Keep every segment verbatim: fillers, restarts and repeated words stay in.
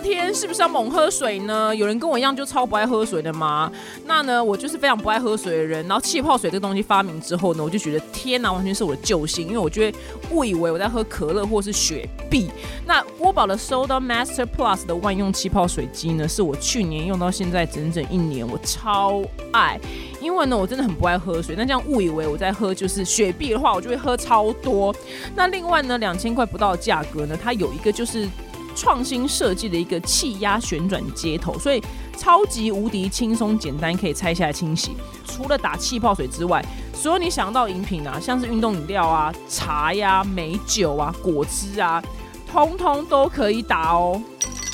天是不是要猛喝水呢？有人跟我一样就超不爱喝水的吗？那呢，我就是非常不爱喝水的人。然后气泡水这个东西发明之后呢，我就觉得天哪，完全是我的救星，因为我觉得误以为我在喝可乐或是雪碧。那锅宝的 Soda Master Plus 的万用气泡水机呢，是我去年用到现在整整一年，我超爱。因为呢，我真的很不爱喝水，那这样误以为我在喝就是雪碧的话，我就会喝超多。那另外呢，两千块不到的价格呢，它有一个就是创新设计的一个气压旋转接头，所以超级无敌轻松简单，可以拆下来清洗。除了打气泡水之外，所有你想到饮品啊，像是运动饮料啊、茶呀、美酒啊、果汁啊，通通都可以打哦。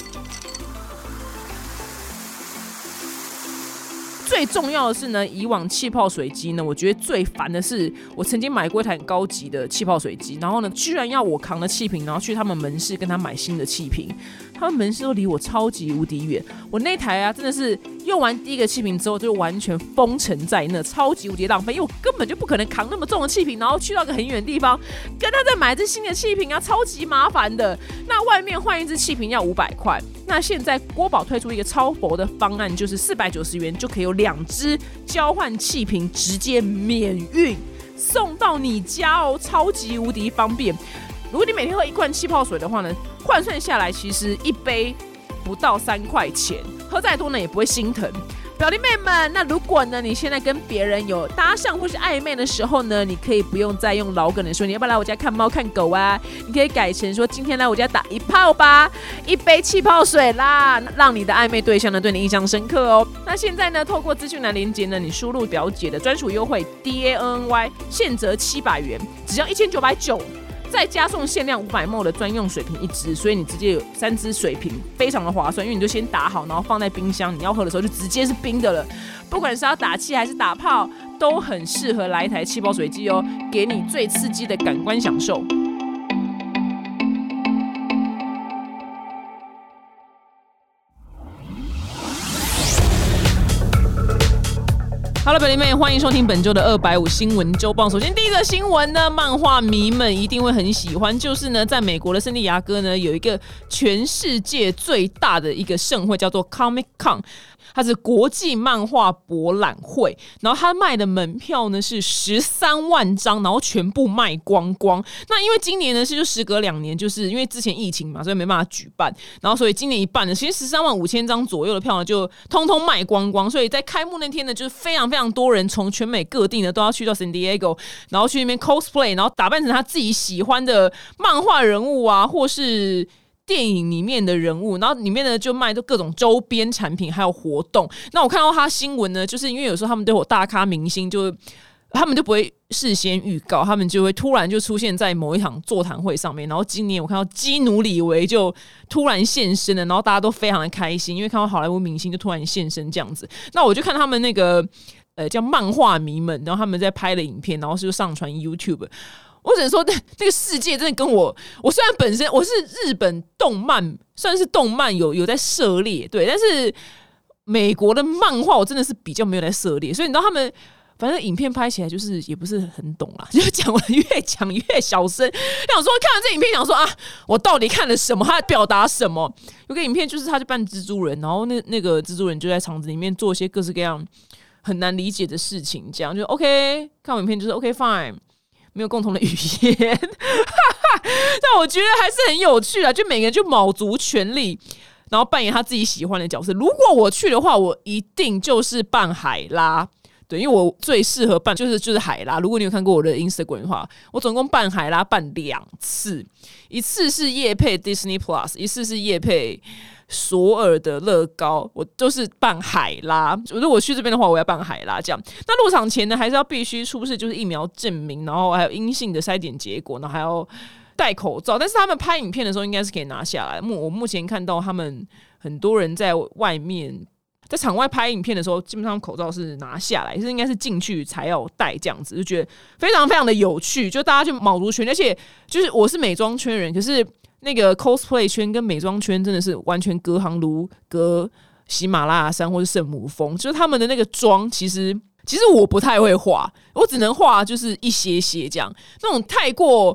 最重要的是呢，以往气泡水机呢，我觉得最烦的是，我曾经买过一台很高级的气泡水机，然后呢，居然要我扛着气瓶，然后去他们门市跟他买新的气瓶，他们门市都离我超级无敌远。我那台啊，真的是用完第一个气瓶之后，就完全封尘在那，超级无敌浪费，因为我根本就不可能扛那么重的气瓶，然后去到一个很远的地方，跟他再买一支新的气瓶啊，超级麻烦的。那外面换一支气瓶要五百块，那现在锅宝推出一个超薄的方案，就是四百九十元就可以有两支交换气瓶，直接免运送到你家哦，超级无敌方便。如果你每天喝一罐气泡水的话呢，换算下来其实一杯不到三块钱，喝再多呢也不会心疼。表弟妹们，那如果呢你现在跟别人有搭讪或是暧昧的时候呢，你可以不用再用老梗的说你要不要来我家看猫看狗啊，你可以改成说今天来我家打一炮吧，一杯气泡水啦，让你的暧昧对象呢对你印象深刻哦。那现在呢，透过资讯栏连结呢，你输入表姐的专属优惠 D A N N Y， 现折七百元，只要一千九百九。再加送限量五百 毫升 的专用水瓶一支，所以你直接有三支水瓶，非常的划算。因为你就先打好，然后放在冰箱，你要喝的时候就直接是冰的了。不管是要打气还是打泡，都很适合来一台气泡水机哦，给你最刺激的感官享受。Hello， 表弟妹，欢迎收听本周的二百五新闻周报。首先，第一个新闻呢，漫画迷们一定会很喜欢，就是呢，在美国的圣地亚哥呢，有一个全世界最大的一个盛会，叫做 Comic Con。它是国际漫画博览会，然后它卖的门票呢是十三万张，然后全部卖光光。那因为今年呢是就时隔两年，就是因为之前疫情嘛，所以没办法举办，然后所以今年一半呢，其实十三万五千张左右的票呢就通通卖光光。所以在开幕那天呢，就是非常非常多人从全美各地呢都要去到 San Diego， 然后去那边 cosplay， 然后打扮成他自己喜欢的漫画人物啊，或是电影里面的人物，然后里面呢就卖各种周边产品还有活动。那我看到他新闻呢，就是因为有时候他们都有大咖明星，就他们就不会事先预告，他们就会突然就出现在某一场座谈会上面。然后今年我看到基努里维就突然现身了，然后大家都非常的开心，因为看到好莱坞明星就突然现身这样子。那我就看他们那个呃叫漫画迷们，然后他们在拍的影片，然后就上传 YouTube。我只能说，那个世界真的跟我，我虽然本身我是日本动漫，算是动漫有有在涉猎，对，但是美国的漫画我真的是比较没有在涉猎，所以你知道他们反正影片拍起来就是也不是很懂啦，就讲完越讲越小声。想说看完这影片，想说啊，我到底看了什么？他表达什么？有个影片就是他就扮蜘蛛人，然后那那个蜘蛛人就在场子里面做一些各式各样很难理解的事情，这样就 OK。看完影片就是 OK fine。没有共同的语言但我觉得还是很有趣啊，就每个人就卯足全力，然后扮演他自己喜欢的角色。如果我去的话，我一定就是扮海拉，对，因为我最适合扮就是就是海拉。如果你有看过我的 Instagram 的话，我总共扮海拉扮两次，一次是业配 Disney Plus， 一次是业配索尔的乐高，我都是扮海拉。如果我去这边的话，我要扮海拉这样。那入场前呢，还是要必须出示就是疫苗证明，然后还有阴性的筛检结果，然后还要戴口罩。但是他们拍影片的时候应该是可以拿下来。我目前看到他们很多人在外面在场外拍影片的时候，基本上口罩是拿下来，是应该是进去才要戴这样子，就觉得非常非常的有趣。就大家就卯足全力，而且就是我是美妆圈人，可是那个 cosplay 圈跟美妆圈真的是完全隔行如隔喜马拉雅山或是圣母峰，就是他们的那个妆其实其实我不太会画，我只能画就是一些些这样，那种太过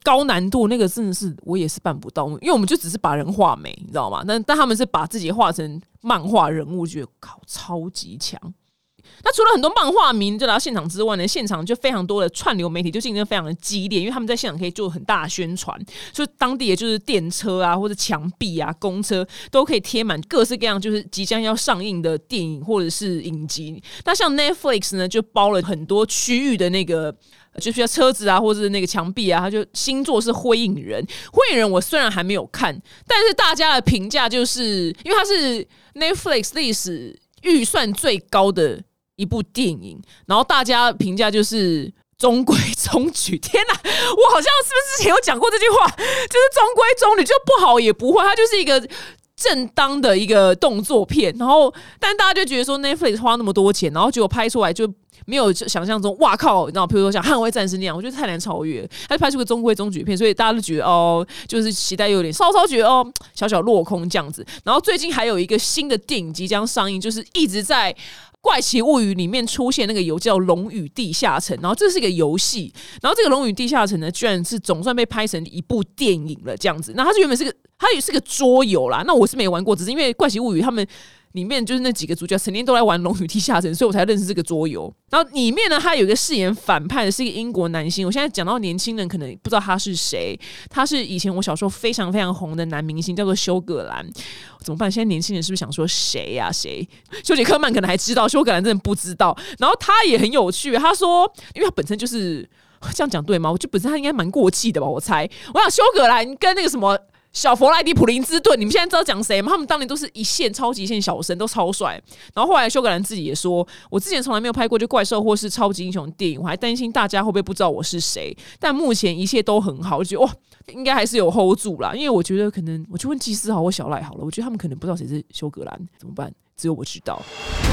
高难度，那个真的是我也是办不到，因为我们就只是把人画美，你知道吗？但但他们是把自己画成漫画人物，觉得靠超级强。那除了很多漫画迷就来到现场之外呢，现场就非常多的串流媒体就竞争非常的激烈，因为他们在现场可以做很大的宣传，所以当地也就是电车啊或者墙壁啊公车都可以贴满各式各样就是即将要上映的电影或者是影集。那像 Netflix 呢就包了很多区域的那个就是要车子啊或者是那个墙壁啊，它就星座是灰影人。灰影人我虽然还没有看，但是大家的评价就是因为它是 Netflix 历史预算最高的一部电影，然后大家评价就是中规中矩。天哪，我好像是不是之前有讲过这句话，就是中规中矩，就不好也不坏，它就是一个正当的一个动作片。然后但大家就觉得说 Netflix 花那么多钱，然后结果拍出来就没有想象中哇靠，你知道，比如说像捍卫战士那样，我觉得太难超越，他就拍出个中规中矩片，所以大家都觉得哦，就是期待有点稍稍觉得哦小小落空这样子。然后最近还有一个新的电影即将上映，就是一直在怪奇物语里面出现那个游叫龙与地下城，然后这是一个游戏，然后这个龙与地下城呢居然是总算被拍成一部电影了这样子。那它是原本是个它也是个桌游啦，那我是没玩过，只是因为怪奇物语他们里面就是那几个主角成天都在玩龙与地下城，所以我才认识这个桌游。然后里面呢，他有一个饰演反派的是一个英国男星，我现在讲到年轻人可能不知道他是谁，他是以前我小时候非常非常红的男明星，叫做休葛兰。怎么办？现在年轻人是不是想说谁呀、啊？谁？休杰克曼可能还知道，休葛兰真的不知道。然后他也很有趣，他说，因为他本身就是这样讲对吗？我觉得本身他应该蛮过气的吧，我猜。我想休葛兰跟那个什么小佛莱迪普林斯顿，你们现在知道讲谁吗？他们当年都是一线超级一线小生，都超帅。然后后来休葛兰自己也说，我之前从来没有拍过就怪兽或是超级英雄电影，我还担心大家会不会不知道我是谁。但目前一切都很好，我就觉得哇，应该还是有 hold 住啦。因为我觉得可能，我就问季思豪或小赖好了，我觉得他们可能不知道谁是休葛兰，怎么办？只有我知道。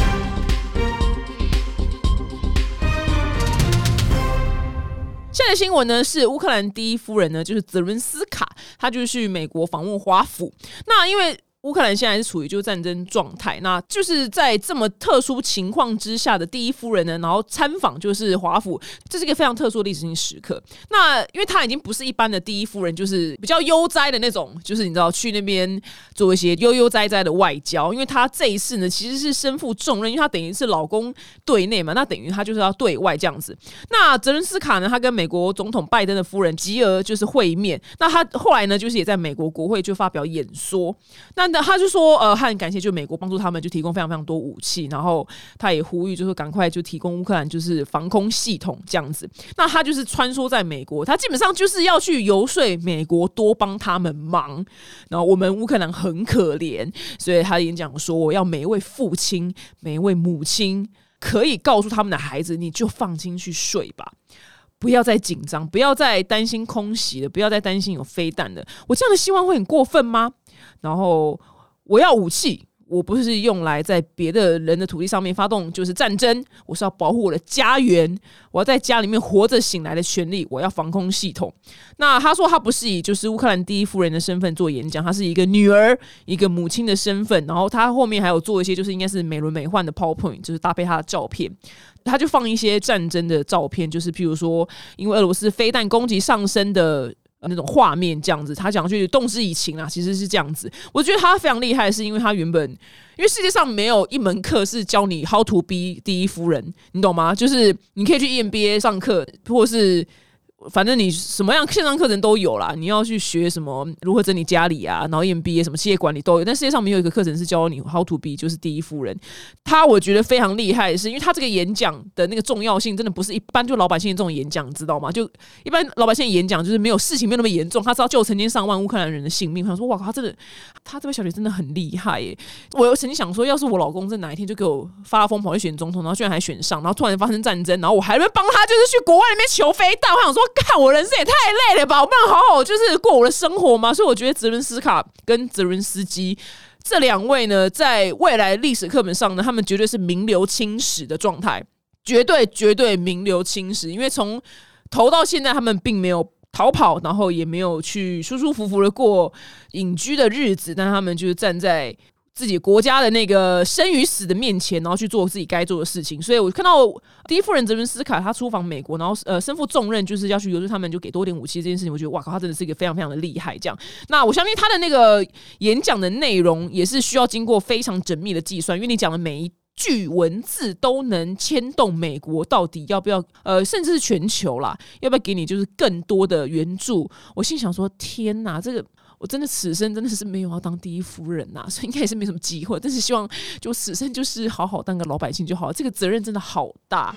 现在的新闻呢是乌克兰第一夫人呢，就是泽伦斯卡，她就去美国访问华府。那因为乌克兰现在是处于就是战争状态，那就是在这么特殊情况之下的第一夫人呢，然后参访就是华府，这是一个非常特殊的历史性时刻。那因为她已经不是一般的第一夫人，就是比较悠哉的那种，就是你知道去那边做一些悠悠哉哉的外交。因为她这一次呢其实是身负重任，因为她等于是老公对内嘛，那等于她就是要对外这样子。那泽伦斯卡呢，她跟美国总统拜登的夫人吉尔就是会面，那她后来呢就是也在美国国会就发表演说。那他就说，呃，他很感谢，就美国帮助他们，就提供非常非常多武器，然后他也呼吁，就是赶快就提供乌克兰就是防空系统这样子。那他就是穿梭在美国，他基本上就是要去游说美国多帮他们忙。然后我们乌克兰很可怜，所以他演讲说，我要每一位父亲、每一位母亲可以告诉他们的孩子，你就放心去睡吧。不要再紧张，不要再担心空袭了，不要再担心有飞弹了。我这样的希望会很过分吗？然后我要武器，我不是用来在别的人的土地上面发动就是战争，我是要保护我的家园，我要在家里面活着醒来的权利，我要防空系统。那他说他不是以就是乌克兰第一夫人的身份做演讲，他是一个女儿一个母亲的身份，然后他后面还有做一些就是应该是美轮美奂的 PowerPoint， 就是搭配他的照片，他就放一些战争的照片，就是譬如说因为俄罗斯飞弹攻击上升的那种画面这样子，他讲去动之以情啊，其实是这样子。我觉得他非常厉害，是因为他原本因为世界上没有一门课是教你 how to be 第一夫人，你懂吗？就是你可以去 E M B A 上课，或是反正你什么样线上课程都有啦，你要去学什么如何整理家里啊，然后 E M B A 什么企业管理都有，但世界上没有一个课程是教你 how to be 就是第一夫人。他我觉得非常厉害，是因为他这个演讲的那个重要性真的不是一般就老百姓的这种演讲，你知道吗？就一般老百姓的演讲就是没有事情没有那么严重，他知道救成千上万乌克兰人的性命。我想说哇靠，他真的他这位小姐真的很厉害耶。我有曾经想说，要是我老公在哪一天就给我发疯跑去选总统，然后居然还选上，然后突然发生战争，然后我还会帮他就是去国外里面求飞弹，我想说看我人生也太累了吧，我不能好好就是过我的生活吗？所以我觉得泽伦斯卡跟泽伦斯基这两位呢，在未来历史课本上呢，他们绝对是名留青史的状态，绝对绝对名留青史。因为从头到现在，他们并没有逃跑，然后也没有去舒舒服服的过隐居的日子，但他们就是站在自己国家的那个生与死的面前，然后去做自己该做的事情。所以我看到第一夫人泽伦斯卡他出访美国，然后呃身负重任，就是要去游说他们就给多点武器这件事情，我觉得哇靠，他真的是一个非常非常的厉害。这样，那我相信他的那个演讲的内容也是需要经过非常缜密的计算，因为你讲的每一句文字都能牵动美国到底要不要呃，甚至是全球啦，要不要给你就是更多的援助。我心想说，天哪，这个。我真的此生真的是没有要当第一夫人呐、啊，所以应该也是没什么机会。但是希望就此生就是好好当个老百姓就好了，这个责任真的好大。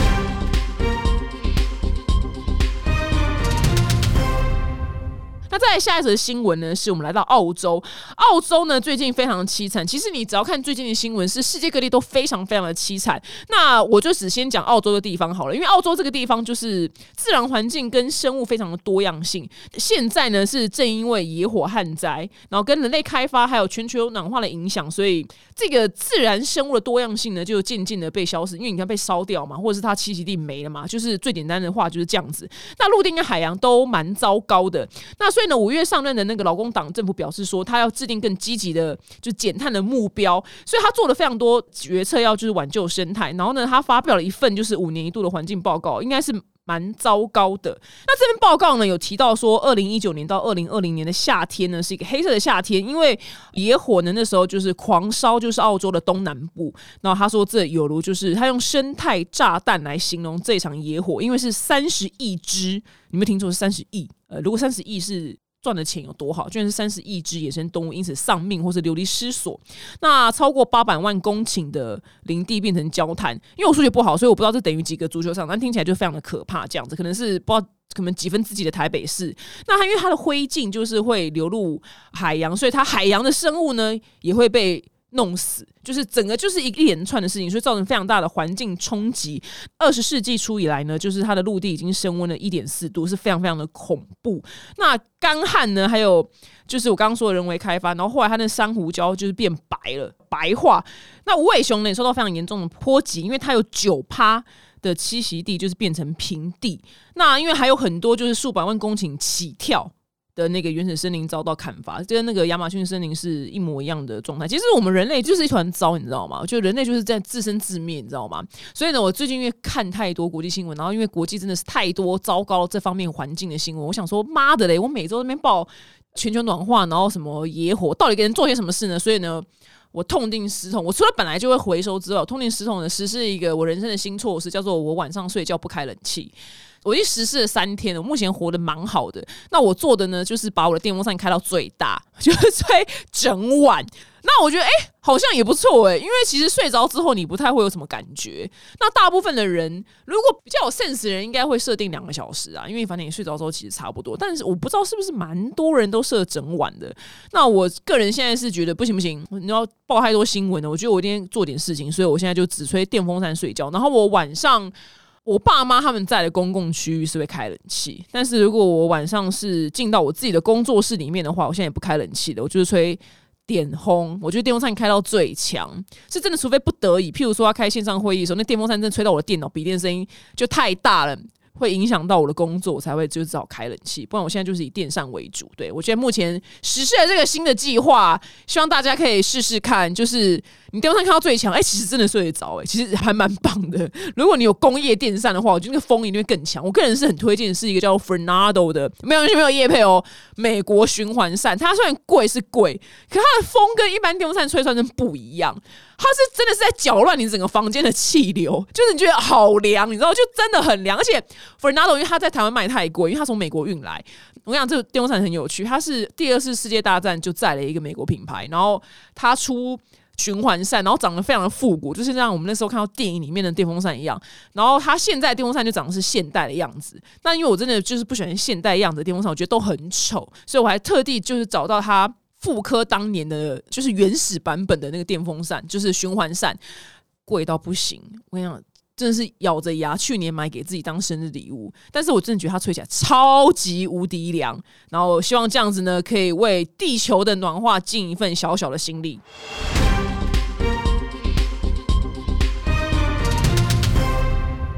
那再来下一则新闻呢，是我们来到澳洲。澳洲呢最近非常的凄惨，其实你只要看最近的新闻，是世界各地都非常非常的凄惨。那我就只先讲澳洲的地方好了，因为澳洲这个地方就是自然环境跟生物非常的多样性。现在呢是正因为野火旱灾，然后跟人类开发还有全球暖化的影响，所以这个自然生物的多样性呢就渐渐的被消失。因为你看被烧掉嘛，或者是它栖息地没了嘛，就是最简单的话就是这样子。那陆地跟海洋都蛮糟糕的。那所以呢，五月上任的那个劳工党政府表示说，他要制定更积极的就减碳的目标，所以他做了非常多决策，要就是挽救生态。然后呢，他发表了一份就是五年一度的环境报告，应该是蛮糟糕的。那这份报告呢有提到说，二零一九年到二零二零年的夏天呢是一个黑色的夏天，因为野火呢那时候就是狂烧，就是澳洲的东南部。然后他说这有如就是他用生态炸弹来形容这场野火，因为是三十亿只，你们听说是三十亿？呃，如果三十亿是赚的钱有多好，居然是三十亿只野生动物因此丧命或是流离失所。那超过八百万公顷的林地变成焦炭，因为我数学不好，所以我不知道这等于几个足球场，但听起来就非常的可怕。这样子可能是不知道可能几分之几的台北市。那它因为它的灰烬就是会流入海洋，所以它海洋的生物呢也会被弄死，就是整个就是一连串的事情，所以造成非常大的环境冲击。二十世纪初以来呢，就是它的陆地已经升温了 一点四度，是非常非常的恐怖。那干旱呢，还有就是我刚刚说的人为开发，然后后来它的珊瑚礁就是变白了，白化。那无尾熊呢也受到非常严重的波及，因为它有 百分之九 的栖息地就是变成平地。那因为还有很多就是数百万公顷起跳的那个原始森林遭到砍伐，跟那个亚马逊森林是一模一样的状态。其实我们人类就是一团糟，你知道吗？就人类就是在自生自灭，你知道吗？所以呢，我最近因为看太多国际新闻，然后因为国际真的是太多糟糕这方面环境的新闻，我想说妈的嘞，我每周那边报全球暖化，然后什么野火，到底给人做些什么事呢？所以呢，我痛定思痛，我除了本来就会回收之外，我痛定思痛的实施一个我人生的新措施，叫做我晚上睡觉不开冷气。我已经实施了三天了，我目前活得蛮好的。那我做的呢，就是把我的电风扇开到最大，就是吹整晚。那我觉得，哎、欸，好像也不错哎、欸，因为其实睡着之后你不太会有什么感觉。那大部分的人，如果比较有 sense 的人，应该会设定两个小时啊，因为反正你睡着之后其实差不多。但是我不知道是不是蛮多人都设整晚的。那我个人现在是觉得不行不行，你要报太多新闻了，我觉得我一定做点事情，所以我现在就只吹电风扇睡觉。然后我晚上。我爸妈他们在的公共区域是会开冷气，但是如果我晚上是进到我自己的工作室里面的话，我现在也不开冷气的，我就是吹电烘。我觉得电风扇开到最强，是真的，除非不得已，譬如说要开线上会议的时候，那电风扇真的吹到我的电脑笔电声音就太大了，会影响到我的工作，我才会就只好开冷气。不然我现在就是以电扇为主。对，我觉得目前实施了这个新的计划，希望大家可以试试看，就是你电风扇看到最强，哎、欸，其实真的睡得着，哎，其实还蛮棒的。如果你有工业电扇的话，我觉得那个风一定会更强。我个人是很推荐是一个叫 Fernado 的，没有没有业配哦，美国循环扇。它虽然贵是贵，可它的风跟一般电风扇吹出来真不一样。它是真的是在搅乱你整个房间的气流，就是你觉得好凉，你知道，就真的很凉。而且 Fernado 因为它在台湾卖太贵，因为它从美国运来。我跟你讲，这个电风扇很有趣，它是第二次世界大战就载了一个美国品牌，然后它出循环扇，然后长得非常的复古，就是像我们那时候看到电影里面的电风扇一样。然后它现在的电风扇就长得是现代的样子。那因为我真的就是不喜欢现代样子的电风扇，我觉得都很丑，所以我还特地就是找到它复刻当年的就是原始版本的那个电风扇，就是循环扇，贵到不行。我跟你讲，真的是咬着牙去年买给自己当生日礼物，但是我真的觉得它吹起来超级无敌凉。然后希望这样子呢，可以为地球的暖化尽一份小小的心力。那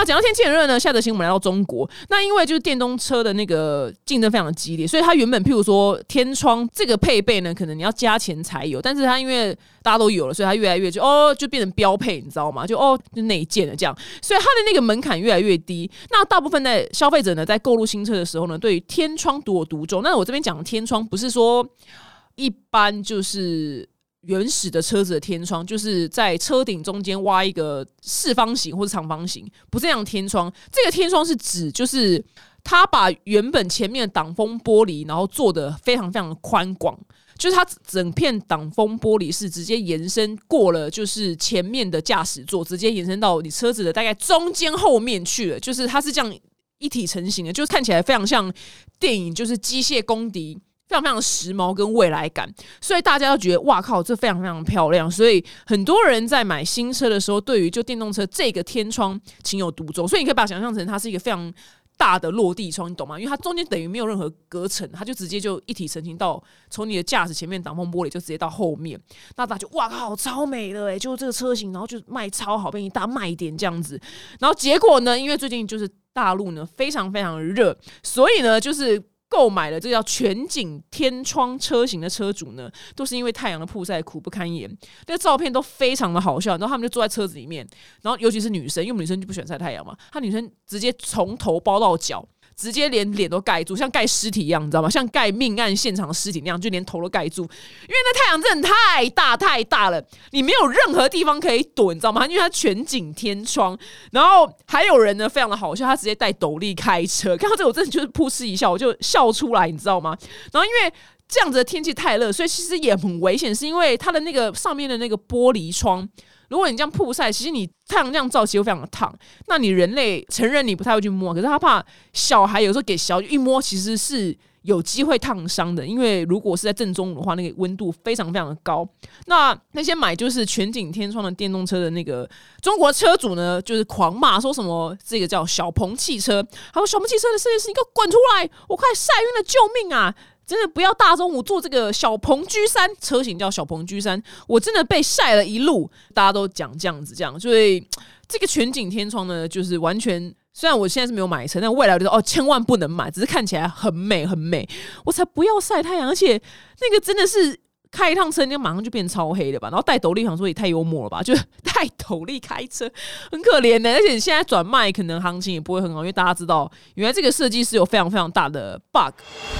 那讲到天气很热呢，下则新闻我们来到中国。那因为就是电动车的那个竞争非常的激烈，所以它原本譬如说天窗这个配备呢，可能你要加钱才有，但是它因为大家都有了，所以它越来越就哦就变成标配，你知道吗？就哦就内建的这样，所以它的那个门槛越来越低。那大部分的消费者呢，在购入新车的时候呢，对于天窗独有独钟。那我这边讲的天窗不是说一般就是原始的车子的天窗，就是在车顶中间挖一个四方形或者长方形，不是这样的天窗。这个天窗是指就是它把原本前面的挡风玻璃，然后做得非常非常的宽广，就是它整片挡风玻璃是直接延伸过了，就是前面的驾驶座，直接延伸到你车子的大概中间后面去了，就是它是这样一体成型的，就是看起来非常像电影，就是机械公敌。非常非常时髦跟未来感，所以大家都觉得哇靠，这非常非常漂亮。所以很多人在买新车的时候，对于就电动车这个天窗情有独钟。所以你可以把它想象成它是一个非常大的落地窗，你懂吗？因为它中间等于没有任何隔层，它就直接就一体成型到从你的驾驶前面挡风玻璃就直接到后面。那大家就哇靠，超美的哎、欸，就这个车型，然后就卖超好，变一大卖点这样子。然后结果呢，因为最近就是大陆呢非常非常热，所以呢就是。购买了这个叫全景天窗车型的车主呢，都是因为太阳的曝晒苦不堪言。那个照片都非常的好笑，然后他们就坐在车子里面，然后尤其是女生，因为我们女生就不喜欢晒太阳嘛，她女生直接从头包到脚。直接连脸都盖住，像盖尸体一样，你知道吗？像盖命案现场的尸体那样，就连头都盖住。因为那太阳真的太大太大了，你没有任何地方可以躲，你知道吗？因为它全景天窗，然后还有人呢，非常的好笑，他直接带斗笠开车。看到这个，我真的就是噗嗤一笑，我就笑出来，你知道吗？然后因为这样子的天气太热，所以其实也很危险，是因为它的那个上面的那个玻璃窗。如果你这样曝晒，其实你太阳这样照，其实会非常的烫。那你人类成人你不太会去摸，可是他怕小孩有时候给小一摸，其实是有机会烫伤的。因为如果是在正中午的话，那个温度非常非常的高。那那些买就是全景天窗的电动车的那个中国车主呢，就是狂骂说什么这个叫小鹏汽车，他说小鹏汽车的设计师，你给我滚出来，我快晒晕了，救命啊！真的不要大中午坐这个小鹏 G 三，车型叫小鹏 G 三，我真的被晒了一路。大家都讲这样子，这样，所以这个全景天窗呢，就是完全。虽然我现在是没有买车，但未来我就说哦，千万不能买，只是看起来很美很美，我才不要晒太阳，而且那个真的是开一趟车，你马上就变超黑了吧？然后戴斗笠，想说也太幽默了吧？就是戴斗笠开车，很可怜的、欸。而且现在转卖可能行情也不会很好，因为大家知道，原来这个设计是有非常非常大的 bug。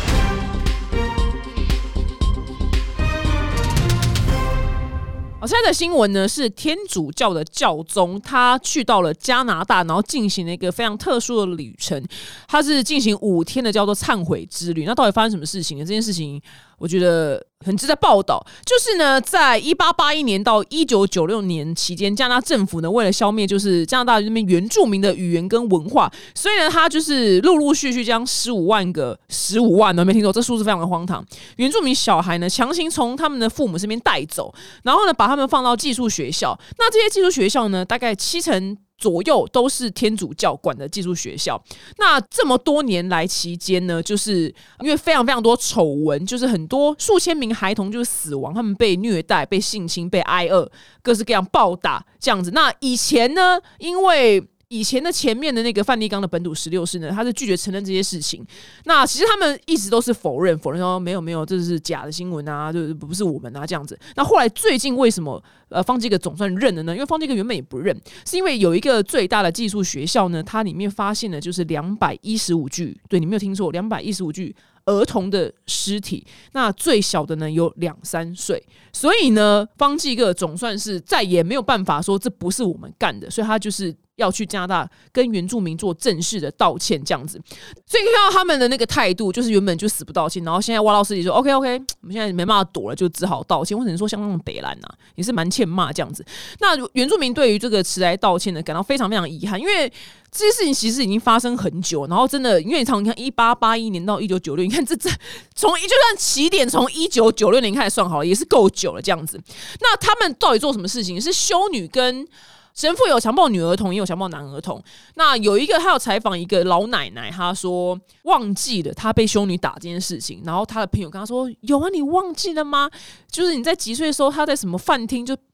现在的新闻呢是天主教的教宗，他去到了加拿大，然后进行了一个非常特殊的旅程。他是进行五天的叫做忏悔之旅。那到底发生什么事情呢？这件事情我觉得很值得报道。就是呢，在一八八一年到一九九六年期间，加拿大政府呢为了消灭就是加拿大那边原住民的语言跟文化，所以呢，他就是陆陆续续将十五万个十五万呢，没听错，这数字非常的荒唐。原住民小孩呢，强行从他们的父母身边带走，然后呢，把他们放到寄宿学校。那这些寄宿学校呢，大概七成左右都是天主教管的寄宿学校。那这么多年来期间呢，就是因为非常非常多丑闻，就是很多数千名孩童就是死亡，他们被虐待、被性侵、被挨饿，各式各样暴打这样子。那以前呢，因为以前的前面的那个梵蒂冈的本笃十六世呢，他是拒绝承认这些事情。那其实他们一直都是否认，否认说没有没有，这是假的新闻啊，就是不是我们啊这样子。那后来最近为什么呃方济各总算认了呢？因为方济各原本也不认，是因为有一个最大的寄宿学校呢，它里面发现了就是两百一十五具，对你没有听错，两百一十五具儿童的尸体，那最小的呢有两三岁，所以呢，方济各总算是再也没有办法说这不是我们干的，所以他就是要去加拿大跟原住民做正式的道歉，这样子。所以看到他们的那个态度，就是原本就死不道歉，然后现在挖到尸体说 OK OK， 我们现在没办法躲了，就只好道歉。我只能说相当的北蓝啊，也是蛮欠骂这样子。那原住民对于这个迟来道歉呢，感到非常非常遗憾，因为这些事情其实已经发生很久，然后真的，因为你常你看一八八一年到一九九六，你看这这从就算起点从一九九六年开始算好了，也是够久了这样子。那他们到底做什么事情？是修女跟神父有强暴女儿童，也有强暴男儿童。那有一个他有采访一个老奶奶，她说忘记了她被修女打这件事情，然后她的朋友跟她说：“有啊，你忘记了吗？就是你在几岁的时候，她在什么饭厅就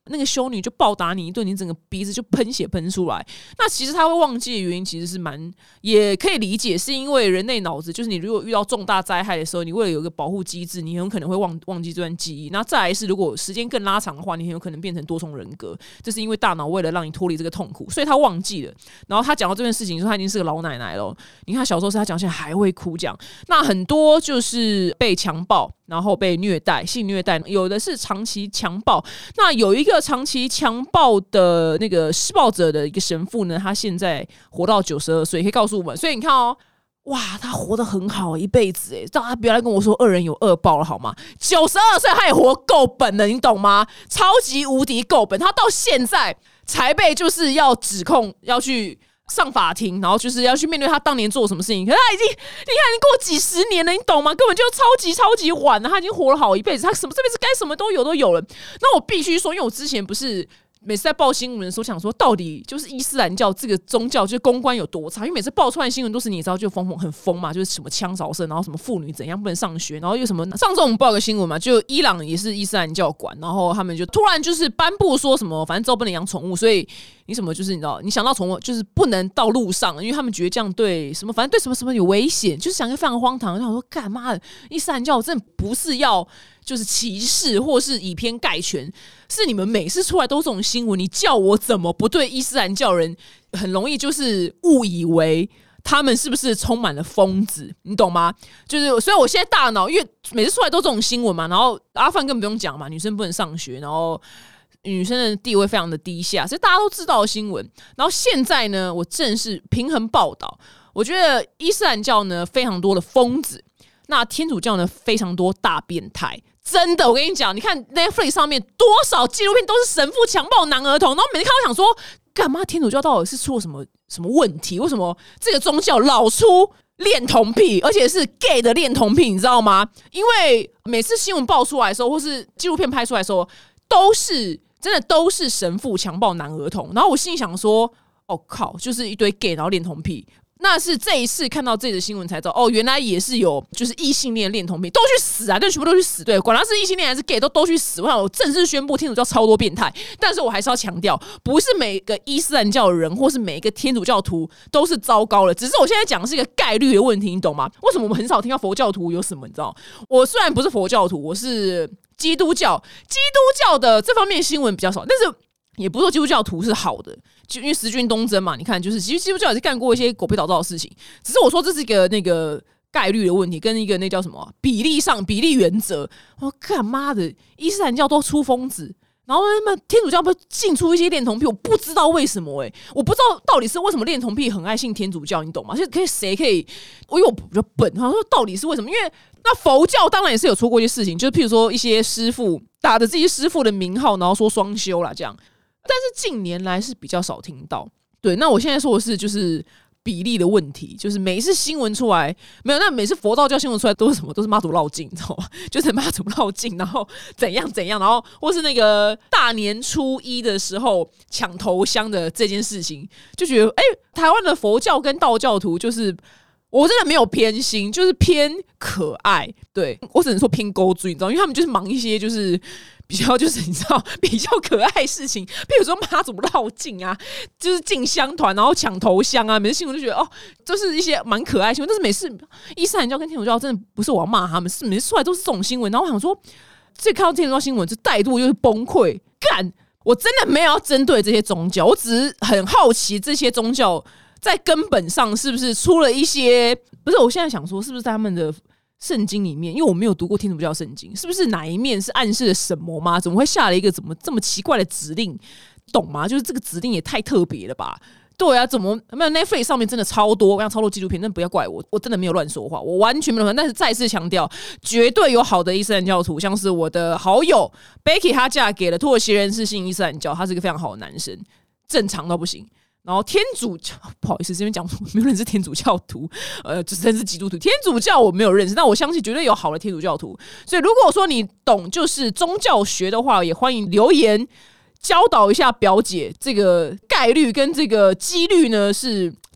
那个修女就暴打你一顿，你整个鼻子就喷血喷出来。那其实他会忘记的原因其实是蛮也可以理解，是因为人类脑子就是你如果遇到重大灾害的时候，你为了有一个保护机制，你很有可能会忘忘记这段记忆。那再来是如果时间更拉长的话，你很有可能变成多重人格，这是因为大脑为了让你脱离这个痛苦，所以他忘记了。然后他讲到这件事情说他已经是个老奶奶了，你看小时候是他讲现在还会哭讲。那很多就是被强暴，然后被虐待、性虐待，有的是长期强暴。那有一个长期强暴的那个施暴者的一个神父呢，他现在活到九十二岁，可以告诉我们。所以你看哦，哇，他活得很好，一辈子哎！大家不要来跟我说恶人有恶报了好吗？九十二岁他也活够本了，你懂吗？超级无敌够本，他到现在才被就是要指控要去上法庭，然后就是要去面对他当年做什么事情。可是他已经，你看，已经过几十年了，你懂吗？根本就超级超级晚了。他已经活了好一辈子，他什么这辈子该什么都有都有了。那我必须说，因为我之前不是每次在报新闻的时候，想说到底就是伊斯兰教这个宗教就是公关有多差？因为每次爆出来的新闻都是你知道就疯疯很疯嘛，就是什么枪扫射，然后什么妇女怎样不能上学，然后又什么。上次我们报个新闻嘛，就伊朗也是伊斯兰教馆，然后他们就突然就是颁布说什么，反正之后不能养宠物，所以你什么就是你知道，你想到宠物就是不能到路上，因为他们觉得这样对什么，反正对什么什么有危险，就是想一个非常荒唐。然后我说干嘛的？伊斯兰教真的不是要就是歧视或是以偏概全，是你们每次出来都是这种新闻，你叫我怎么不对伊斯兰教人很容易就是误以为他们是不是充满了疯子，你懂吗？就是所以我现在大脑因为每次出来都这种新闻嘛，然后阿范更不用讲嘛，女生不能上学，然后女生的地位非常的低下，所以大家都知道的新闻。然后现在呢，我正是平衡报道，我觉得伊斯兰教呢非常多的疯子，那天主教呢非常多大变态。真的，我跟你讲，你看 Netflix 上面多少纪录片都是神父强暴男儿童，然后每次看到想说，干嘛天主教到底是出了什么什么问题？为什么这个宗教老出恋童癖，而且是 gay 的恋童癖，你知道吗？因为每次新闻爆出来的时候，或是纪录片拍出来的时候，都是真的都是神父强暴男儿童。然后我心里想说，哦靠，就是一堆 gay 然后恋童癖。那是这一次看到这个新闻才知道，哦，原来也是有就是异性恋恋童癖，都去死啊！对，全部都去死，对，管他是异性恋还是 gay， 都都去死。我想我正式宣布，天主教超多变态，但是我还是要强调，不是每个伊斯兰教的人或是每一个天主教徒都是糟糕的，只是我现在讲的是一个概率的问题，你懂吗？为什么我们很少听到佛教徒有什么？你知道，我虽然不是佛教徒，我是基督教，基督教的这方面新闻比较少，但是也不是说基督教徒是好的。就因为十军东征嘛，你看，就是其实基督教也是干过一些狗屁倒灶的事情，只是我说这是一个那个概率的问题，跟一个那叫什么比例上比例原则。我说干妈的，伊斯兰教都出疯子，然后他们天主教不进出一些恋童癖，我不知道为什么哎、欸，我不知道到底是为什么恋童癖很爱信天主教，你懂吗？就可以谁可以，因为我比较笨，他说到底是为什么？因为那佛教当然也是有出过一些事情，就是譬如说一些师父打着自己师父的名号，然后说双修啦这样。但是近年来是比较少听到，对。那我现在说的是就是比例的问题，就是每一次新闻出来没有，那每次佛道教新闻出来都是什么？都是妈祖绕境，你知道吗？就是妈祖绕境，然后怎样怎样，然后或是那个大年初一的时候抢头香的这件事情，就觉得哎、欸，台湾的佛教跟道教徒就是。我真的没有偏心，就是偏可爱，对，我只能说偏勾追，你知道，因为他们就是忙一些就是比较就是你知道比较可爱的事情，比如说妈祖绕境啊，就是进香团然后抢头香啊，每次新闻就觉得哦，就是一些蛮可爱的新闻。但是每次伊斯兰教跟天主教真的不是我要骂他们，是每次出来都是这种新闻，然后我想说，这看到天主教新闻就态度就是崩溃，干，我真的没有要针对这些宗教，我只是很好奇这些宗教。在根本上是不是出了一些？不是，我现在想说，是不是在他们的圣经里面？因为我没有读过天主教圣经，是不是哪一面是暗示了什么吗？怎么会下了一个怎么这么奇怪的指令？懂吗？就是这个指令也太特别了吧？对啊，怎么没有 Netflix 上面真的超多，我想超多纪录片，但不要怪我，我真的没有乱说话，我完全没有乱。但是再次强调，绝对有好的伊斯兰教徒，像是我的好友 Becky， 她嫁给了土耳其人，是信伊斯兰教，他是一个非常好的男生，正常到不行。然后天主教不好意思，这边讲没有人是天主教徒，呃，只真是基督徒。天主教我没有认识，但我相信绝对有好的天主教徒。所以如果说你懂就是宗教学的话，也欢迎留言教导一下表姐，这个概率跟这个几率呢是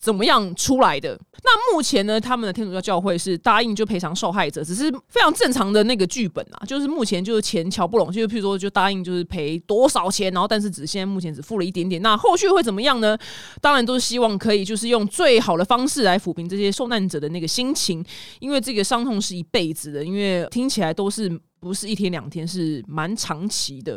怎么样出来的。那目前呢，他们的天主教教会是答应就赔偿受害者，只是非常正常的那个剧本啊，就是目前就是钱瞧不拢，就是譬如说就答应就是赔多少钱，然后但是只现在目前只付了一点点。那后续会怎么样呢？当然都是希望可以就是用最好的方式来抚平这些受难者的那个心情，因为这个伤痛是一辈子的，因为听起来都是不是一天两天，是蛮长期的。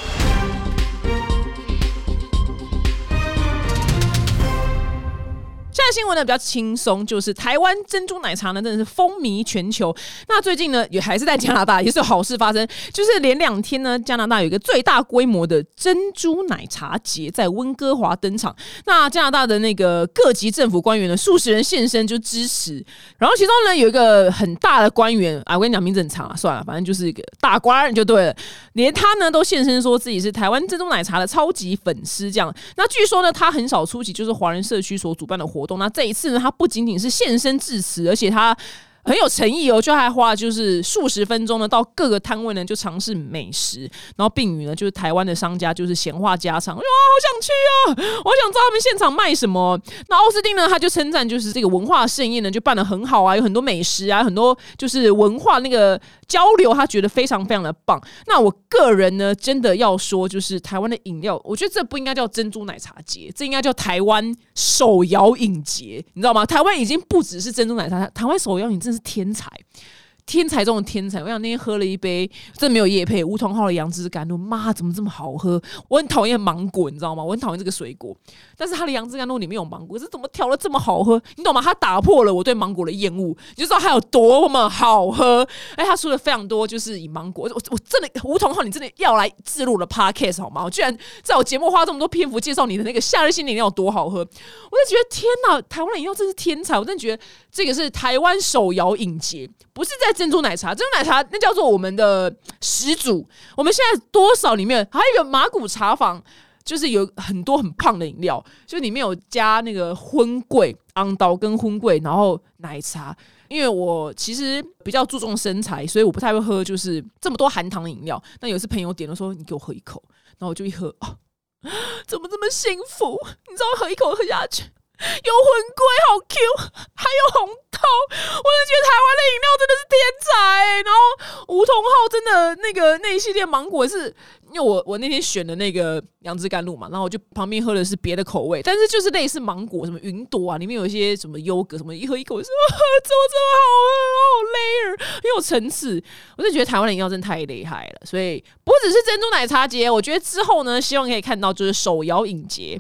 现在新闻呢比较轻松，就是台湾珍珠奶茶呢真的是风靡全球。那最近呢也还是在加拿大也是有好事发生，就是连两天呢加拿大有一个最大规模的珍珠奶茶节在温哥华登场。那加拿大的那个各级政府官员呢数十人现身就支持，然后其中呢有一个很大的官员啊，我跟你讲名字很长啊，算了，反正就是一个大官就对了，连他呢都现身说自己是台湾珍珠奶茶的超级粉丝这样。那据说呢他很少出席就是华人社区所主办的活动，那这一次呢，他不仅仅是现身致辞，而且他很有诚意哦，就还花就是数十分钟呢，到各个摊位呢就尝试美食，然后并与呢就是台湾的商家就是闲话家常，哇，好想去啊，我想知道他们现场卖什么。那奥斯汀呢，他就称赞就是这个文化盛宴呢就办得很好啊，有很多美食啊，很多就是文化那个交流，他觉得非常非常的棒。那我个人呢，真的要说，就是台湾的饮料，我觉得这不应该叫珍珠奶茶节，这应该叫台湾手摇饮节，你知道吗？台湾已经不只是珍珠奶茶，台湾手摇饮真是天才。天才中的天才，我想那天喝了一杯，真的没有业配，梧桐号的杨枝甘露，妈怎么这么好喝？我很讨厌芒果，你知道吗？我很讨厌这个水果，但是它的杨枝甘露里面有芒果，这怎么调的这么好喝？你懂吗？它打破了我对芒果的厌恶，你就知道它有多么好喝。哎，它出了非常多，就是以芒果，我我真的梧桐号，你真的要来自录了 podcast 好吗？我居然在我节目花这么多篇幅介绍你的那个夏日新饮料有多好喝，我就觉得天哪，台湾的饮料真是天才！我真的觉得这个是台湾手摇饮节，不是在珍珠奶茶，珍珠奶茶那叫做我们的始祖。我们现在多少里面还有一个马古茶坊，就是有很多很胖的饮料，就里面有加那个荤桂、昂刀跟荤桂，然后奶茶。因为我其实比较注重身材，所以我不太会喝就是这么多含糖的饮料。那有一次朋友点了说：“你给我喝一口。”然后我就一喝，哦，怎么这么幸福？你知道，喝一口喝下去。有荤桂好 Q， 还有红豆，我就觉得台湾的饮料真的是天才、欸、然后梧桐号真的那个那一系列芒果是，因为我我那天选的那个杨枝甘露嘛，然后我就旁边喝的是别的口味，但是就是类似芒果，什么云朵啊，里面有一些什么优格什么，一喝一口就是哇，怎么这么好喝，好 layer， 很有层次。我就觉得台湾的饮料真的太厉害了，所以不只是珍珠奶茶节，我觉得之后呢，希望可以看到就是手摇饮节。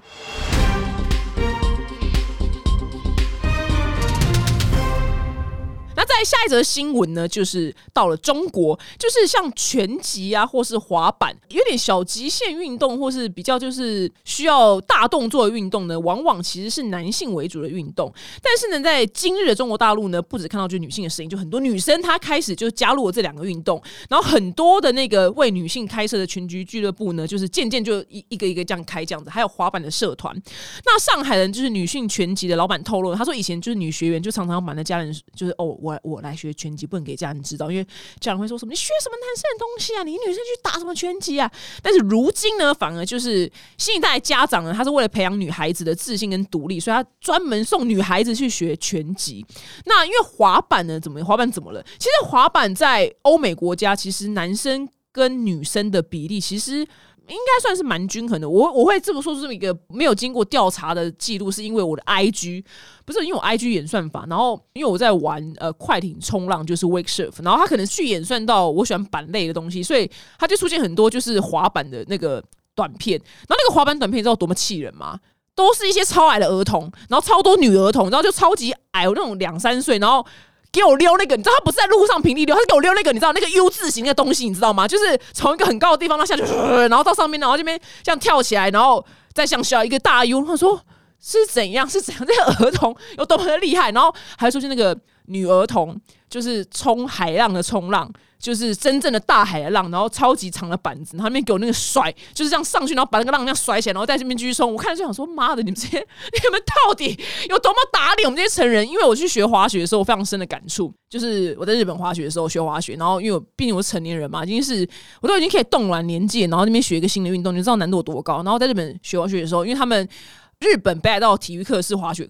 那在下一则新闻呢，就是到了中国，就是像拳击啊，或是滑板，有点小极限运动，或是比较就是需要大动作的运动呢，往往其实是男性为主的运动。但是呢，在今日的中国大陆呢，不只看到就是女性的声音，就很多女生她开始就加入了这两个运动，然后很多的那个为女性开设的拳击俱乐部呢，就是渐渐就一一个一个这样开这样子，还有滑板的社团。那上海人就是女性拳击的老板透露，他说以前就是女学员就常常瞒着家人，就是哦我。我来学拳击，不能给家人知道，因为家人会说什么你学什么男生的东西啊，你女生去打什么拳击啊。但是如今呢，反而就是新一代家长呢，他是为了培养女孩子的自信跟独立，所以他专门送女孩子去学拳击。那因为滑板呢，怎么滑板怎么了？其实滑板在欧美国家，其实男生跟女生的比例其实应该算是蛮均衡的。我我会这么说出这么一个没有经过调查的记录，是因为我的 I G 不是因为我 I G 演算法，然后因为我在玩呃快艇冲浪，就是 wake surf， 然后它可能去演算到我喜欢板类的东西，所以它就出现很多就是滑板的那个短片。然后那个滑板短片你知道多么气人吗？都是一些超矮的儿童，然后超多女儿童，然后就超级矮，有那种两三岁，然后给我溜那个，你知道他不是在路上平地溜，他是给我溜那个，你知道那个 U 字形的东西，你知道吗？就是从一个很高的地方到下去，然后到上面，然后这边这样跳起来，然后再像小一个大 U。他说是怎样？是怎样？这个儿童有多么的厉害？然后还出现那个女儿童，就是冲海浪的冲浪。就是真正的大海的浪，然后超级长的板子，然后那边给我那个甩，就是这样上去，然后把那个浪这样甩起来，然后在这边继续冲。我看就想说，妈的，你们这些你们到底有多么打脸我们这些成人？因为我去学滑雪的时候，我非常深的感触，就是我在日本滑雪的时候学滑雪，然后因为我毕竟我是成年人嘛，已经是我都已经可以冻卵年纪，然后那边学一个新的运动，你知道难度有多高？然后在日本学滑雪的时候，因为他们日本北海道体育课是滑雪课。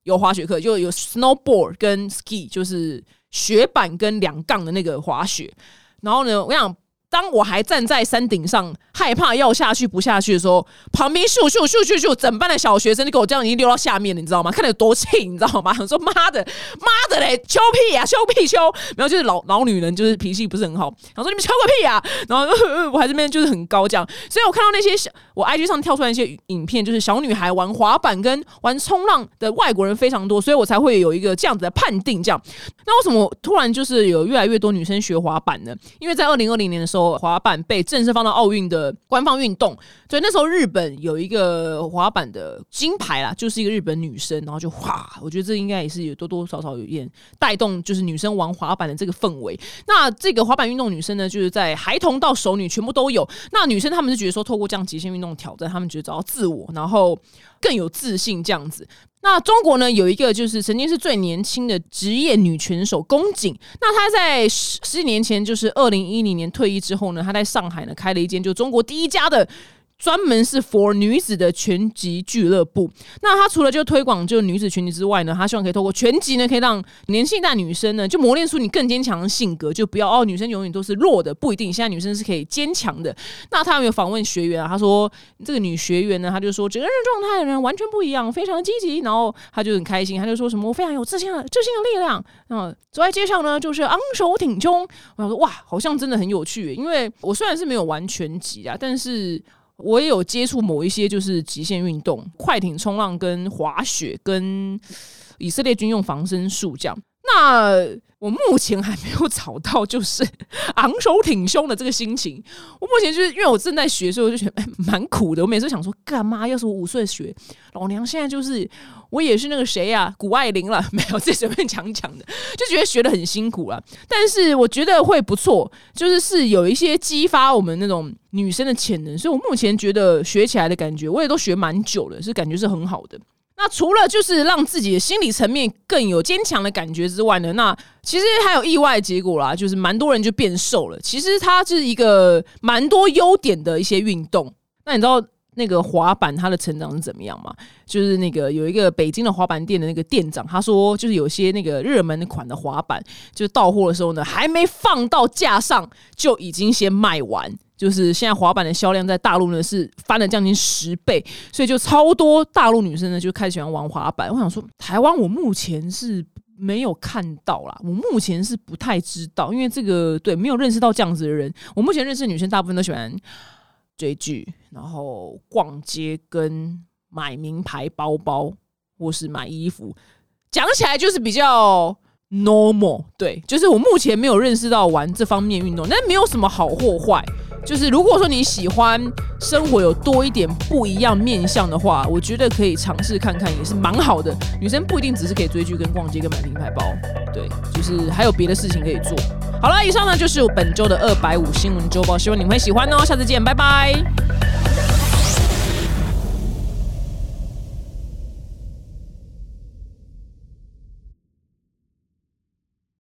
有滑雪课，就有 snowboard 跟 ski， 就是雪板跟两杠的那个滑雪。然后呢，我想当我还站在山顶上害怕要下去不下去的时候，旁边咻咻咻咻咻，整班的小学生就给我这样已经溜到下面了，你知道吗？看得有多气，你知道吗？我说妈的妈的嘞，秋屁啊，秋屁秋！然后就是老老女人，就是脾气不是很好，然后说你们秋个屁啊！然后、呃、我还这边就是很高这样，所以我看到那些小我 I G 上跳出来一些影片，就是小女孩玩滑板跟玩冲浪的外国人非常多，所以我才会有一个这样子的判定。这样，那为什么突然就是有越来越多女生学滑板呢？因为在二零二零年的时候，滑板被正式放到奥运的官方运动，所以那时候日本有一个滑板的金牌啦，就是一个日本女生，然后就哇，我觉得这应该也是有多多少少有点带动，就是女生玩滑板的这个氛围。那这个滑板运动女生呢，就是在孩童到熟女全部都有。那女生她们是觉得说，透过这样极限运动挑战，她们觉得找到自我，然后更有自信这样子。那中国呢，有一个就是曾经是最年轻的职业女拳手龚瑾，那她在十十几年前，就是二零一零年退役之后呢，她在上海呢开了一间就中国第一家的专门是 for 女子的拳击俱乐部。那他除了就推广就女子拳击之外呢，他希望可以透过拳击呢，可以让年轻代女生呢，就磨练出你更坚强的性格，就不要哦，女生永远都是弱的，不一定，现在女生是可以坚强的。那他有访问学员啊，他说这个女学员呢，他就说整个人状态的人完全不一样，非常积极，然后他就很开心，他就说什么我非常有自信的自信的力量，嗯，走在街上呢就是昂首挺胸。我想说哇，好像真的很有趣耶，因为我虽然是没有玩拳击啊，但是我也有接触某一些就是极限运动，快艇冲浪跟滑雪跟以色列军用防身术这样。那我目前还没有找到就是昂首挺胸的这个心情。我目前就是因为我正在学，所以我就觉得蛮苦的。我每次想说干嘛？要是我五岁学，老娘现在就是我也是那个谁啊，谷爱凌了，没有自己随便讲讲的，就觉得学得很辛苦了。但是我觉得会不错，就是是有一些激发我们那种女生的潜能，所以我目前觉得学起来的感觉，我也都学蛮久了，是感觉是很好的。那除了就是让自己的心理层面更有坚强的感觉之外呢，那其实还有意外的结果啦，就是蛮多人就变瘦了。其实它是一个蛮多优点的一些运动。那你知道那个滑板它的成长是怎么样吗？就是那个有一个北京的滑板店的那个店长，他说就是有些那个热门款的滑板，就是到货的时候呢，还没放到架上就已经先卖完。就是现在滑板的销量在大陆呢是翻了将近十倍，所以就超多大陆女生呢就开始喜欢玩滑板。我想说，台湾我目前是没有看到啦，我目前是不太知道，因为这个对没有认识到这样子的人。我目前认识的女生大部分都喜欢追剧，然后逛街跟买名牌包包或是买衣服，讲起来就是比较normal。 对，就是我目前没有认识到玩这方面运动，但没有什么好或坏。就是如果说你喜欢生活有多一点不一样面向的话，我觉得可以尝试看看，也是蛮好的。女生不一定只是可以追剧跟逛街跟买名牌包，对，就是还有别的事情可以做。好了，以上呢就是我本周的二百五新闻周报，希望你们会喜欢哦，下次见，拜拜。